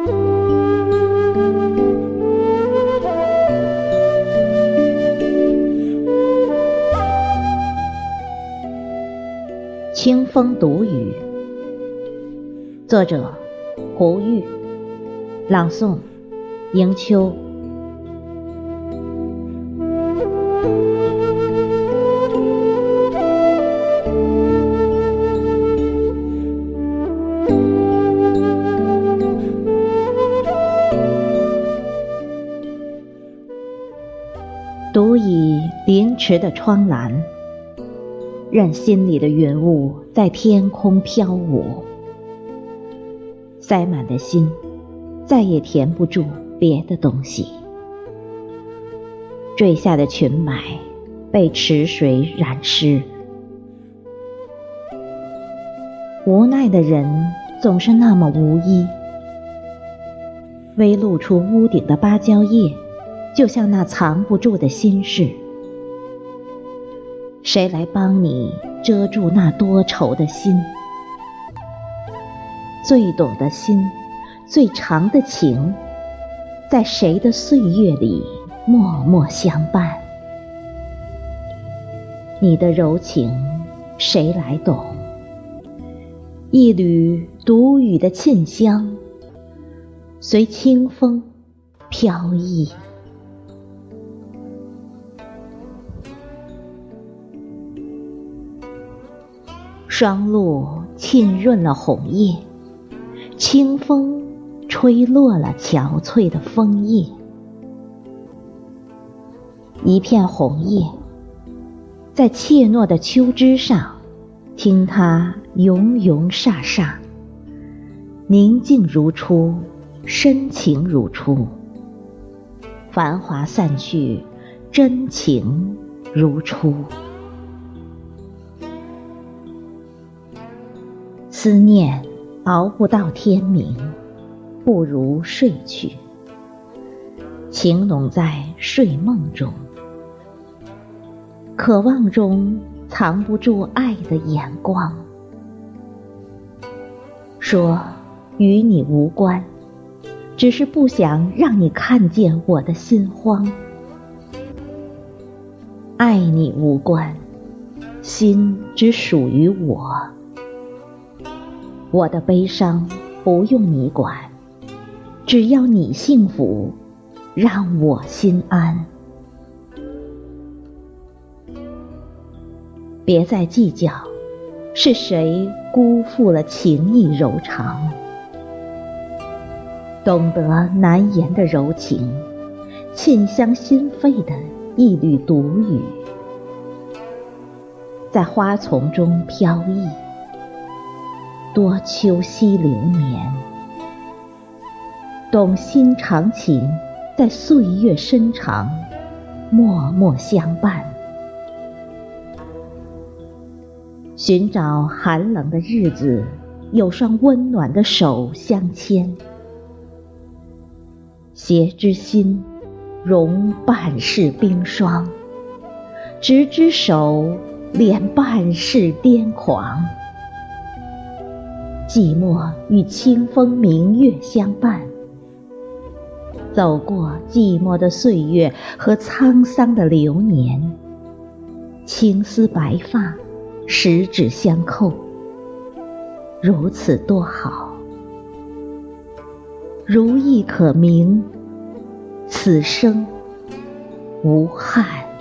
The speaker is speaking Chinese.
清风读雨，作者胡玉，朗诵迎秋。独倚临池的窗栏，任心里的云雾在天空飘舞，塞满的心再也填不住别的东西。坠下的裙摆被池水染湿，无奈的人总是那么无依，微露出屋顶的芭蕉叶就像那藏不住的心事，谁来帮你遮住那多愁的心？最懂的心，最长的情，在谁的岁月里默默相伴？你的柔情谁来懂？一缕独语的沁香，随清风飘逸。霜露浸润了红叶，清风吹落了憔悴的枫叶。一片红叶，在怯懦的秋枝上，听它涌涌飒飒，宁静如初，深情如初，繁华散去，真情如初。思念熬不到天明，不如睡去，情浓在睡梦中，渴望中藏不住爱的眼光。说与你无关，只是不想让你看见我的心慌。爱你无关，心只属于我。我的悲伤不用你管，只要你幸福，让我心安。别再计较是谁辜负了情意柔肠，懂得难言的柔情，沁香心肺的一缕独语，在花丛中飘逸，多秋夕流年，懂心长情，在岁月深长默默相伴。寻找寒冷的日子，有双温暖的手相牵，携之心融半世冰霜，执之手敛半世癫狂。寂寞与清风明月相伴，走过寂寞的岁月和沧桑的流年，青丝白发，十指相扣，如此多好。如意可明，此生无憾。